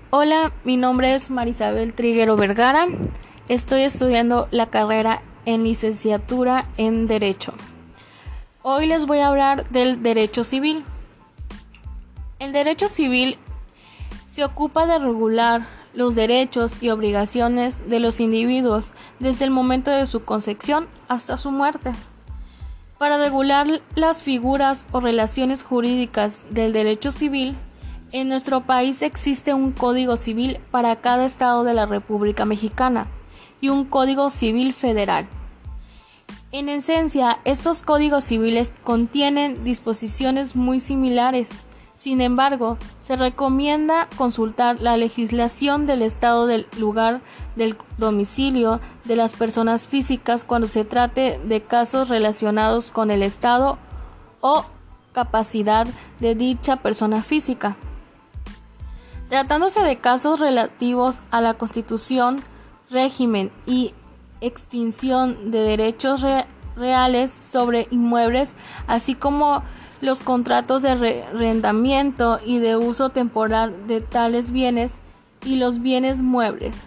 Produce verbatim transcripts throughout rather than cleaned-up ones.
Hola, mi nombre es Marisabel Triguero Vergara. Estoy estudiando la carrera en licenciatura en Derecho. Hoy les voy a hablar del derecho civil. El derecho civil se ocupa de regular los derechos y obligaciones de los individuos desde el momento de su concepción hasta su muerte. Para regular las figuras o relaciones jurídicas del derecho civil, en nuestro país existe un Código Civil para cada estado de la República Mexicana y un Código Civil Federal. En esencia, estos códigos civiles contienen disposiciones muy similares. Sin embargo, se recomienda consultar la legislación del estado del lugar del domicilio de las personas físicas cuando se trate de casos relacionados con el estado o capacidad de dicha persona física. Tratándose de casos relativos a la constitución, régimen y extinción de derechos re- reales sobre inmuebles, así como los contratos de arrendamiento y de uso temporal de tales bienes y los bienes muebles.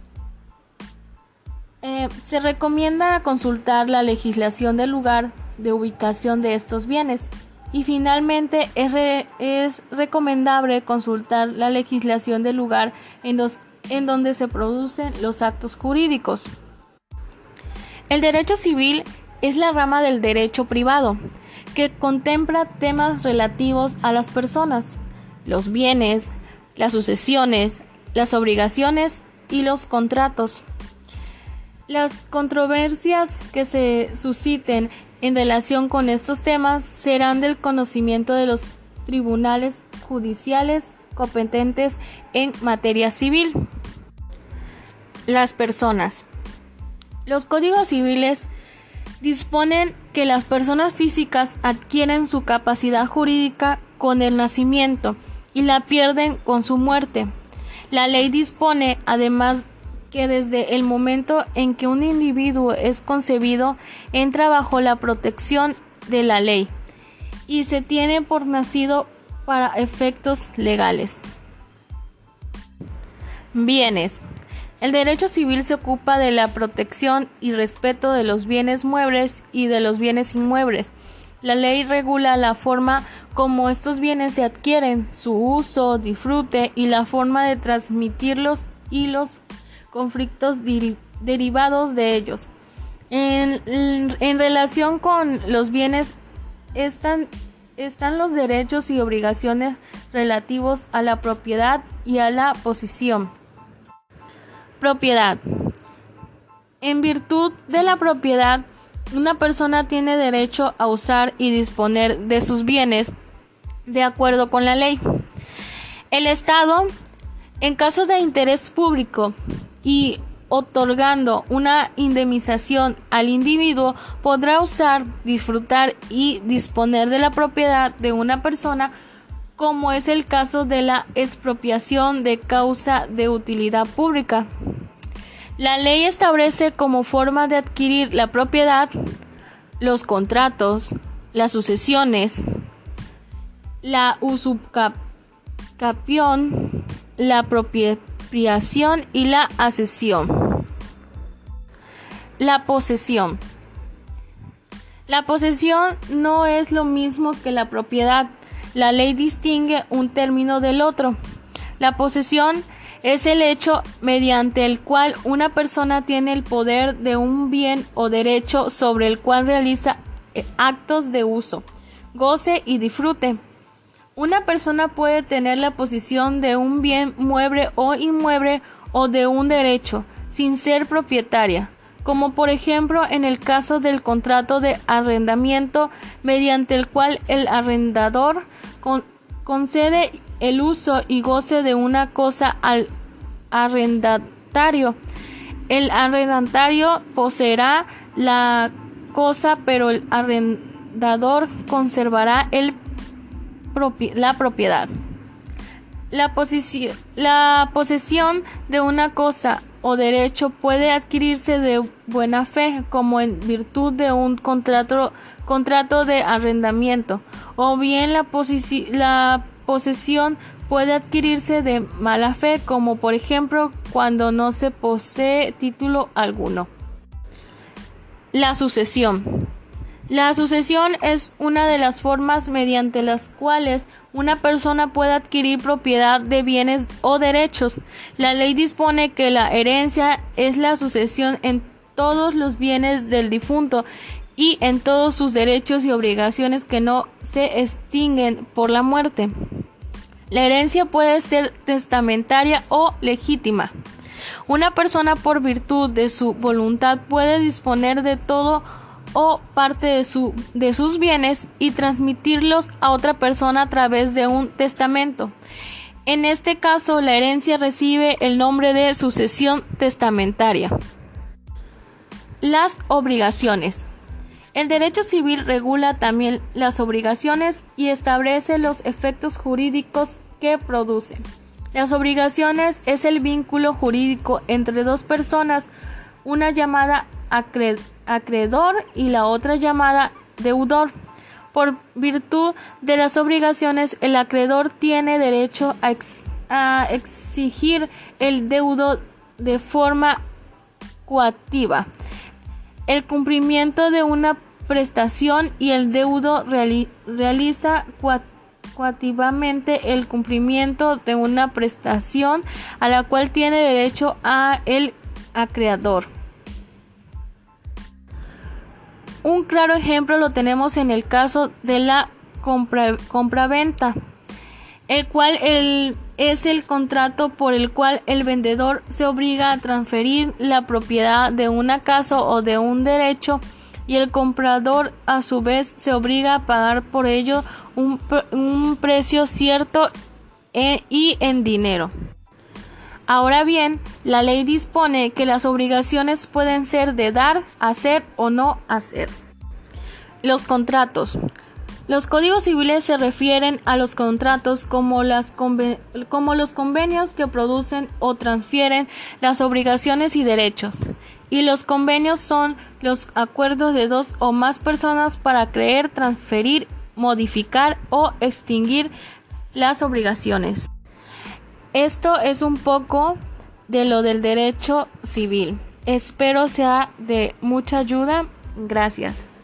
Eh, se recomienda consultar la legislación del lugar de ubicación de estos bienes. Y finalmente es, re, es recomendable consultar la legislación del lugar en, los, en donde se producen los actos jurídicos. El derecho civil es la rama del derecho privado, que contempla temas relativos a las personas, los bienes, las sucesiones, las obligaciones y los contratos. Las controversias que se susciten en relación con estos temas serán del conocimiento de los tribunales judiciales competentes en materia civil. Las personas. Los códigos civiles disponen que las personas físicas adquieren su capacidad jurídica con el nacimiento y la pierden con su muerte. La ley dispone, además, que desde el momento en que un individuo es concebido, entra bajo la protección de la ley y se tiene por nacido para efectos legales. Bienes. El derecho civil se ocupa de la protección y respeto de los bienes muebles y de los bienes inmuebles. La ley regula la forma como estos bienes se adquieren, su uso, disfrute y la forma de transmitirlos y los conflictos deri- derivados de ellos. En, en, en relación con los bienes están, están los derechos y obligaciones relativos a la propiedad y a la posesión. Propiedad. En virtud de la propiedad, una persona tiene derecho a usar y disponer de sus bienes de acuerdo con la ley. El Estado, en caso de interés público y otorgando una indemnización al individuo, podrá usar, disfrutar y disponer de la propiedad de una persona, como es el caso de la expropiación de causa de utilidad pública. La ley establece como forma de adquirir la propiedad los contratos, las sucesiones, la usucapión, la apropiación y la accesión. La posesión. La posesión no es lo mismo que la propiedad. La ley distingue un término del otro. La posesión es el hecho mediante el cual una persona tiene el poder de un bien o derecho sobre el cual realiza actos de uso, goce y disfrute. Una persona puede tener la posesión de un bien mueble o inmueble o de un derecho sin ser propietaria, como por ejemplo en el caso del contrato de arrendamiento, mediante el cual el arrendador con- concede el uso y goce de una cosa al arrendatario. El arrendatario poseerá la cosa, pero el arrendador conservará el la propiedad. La, posici- la posesión de una cosa o derecho puede adquirirse de buena fe, como en virtud de un contrato, contrato de arrendamiento, o bien la, posici- la posesión puede adquirirse de mala fe, como por ejemplo cuando no se posee título alguno. La sucesión. La sucesión es una de las formas mediante las cuales una persona puede adquirir propiedad de bienes o derechos. La ley dispone que la herencia es la sucesión en todos los bienes del difunto y en todos sus derechos y obligaciones que no se extinguen por la muerte. La herencia puede ser testamentaria o legítima. Una persona, por virtud de su voluntad, puede disponer de todo o parte de, su, de sus bienes y transmitirlos a otra persona a través de un testamento. En este caso, la herencia recibe el nombre de sucesión testamentaria. Las obligaciones. El derecho civil regula también las obligaciones y establece los efectos jurídicos que producen. Las obligaciones es el vínculo jurídico entre dos personas, una llamada acre- acreedor y la otra llamada deudor. Por virtud de las obligaciones, el acreedor tiene derecho a, ex- a exigir el deudo de forma coactiva el cumplimiento de una prestación y el deudo reali- realiza coactivamente el cumplimiento de una prestación a la cual tiene derecho a el acreedor. Un claro ejemplo lo tenemos en el caso de la compra- compraventa, el cual el, es el contrato por el cual el vendedor se obliga a transferir la propiedad de una casa o de un derecho y el comprador a su vez se obliga a pagar por ello un, un precio cierto en, y en dinero. Ahora bien, la ley dispone que las obligaciones pueden ser de dar, hacer o no hacer. Los contratos. Los códigos civiles se refieren a los contratos como, las conven- como los convenios que producen o transfieren las obligaciones y derechos. Y los convenios son los acuerdos de dos o más personas para crear, transferir, modificar o extinguir las obligaciones. Esto es un poco de lo del derecho civil. Espero sea de mucha ayuda. Gracias.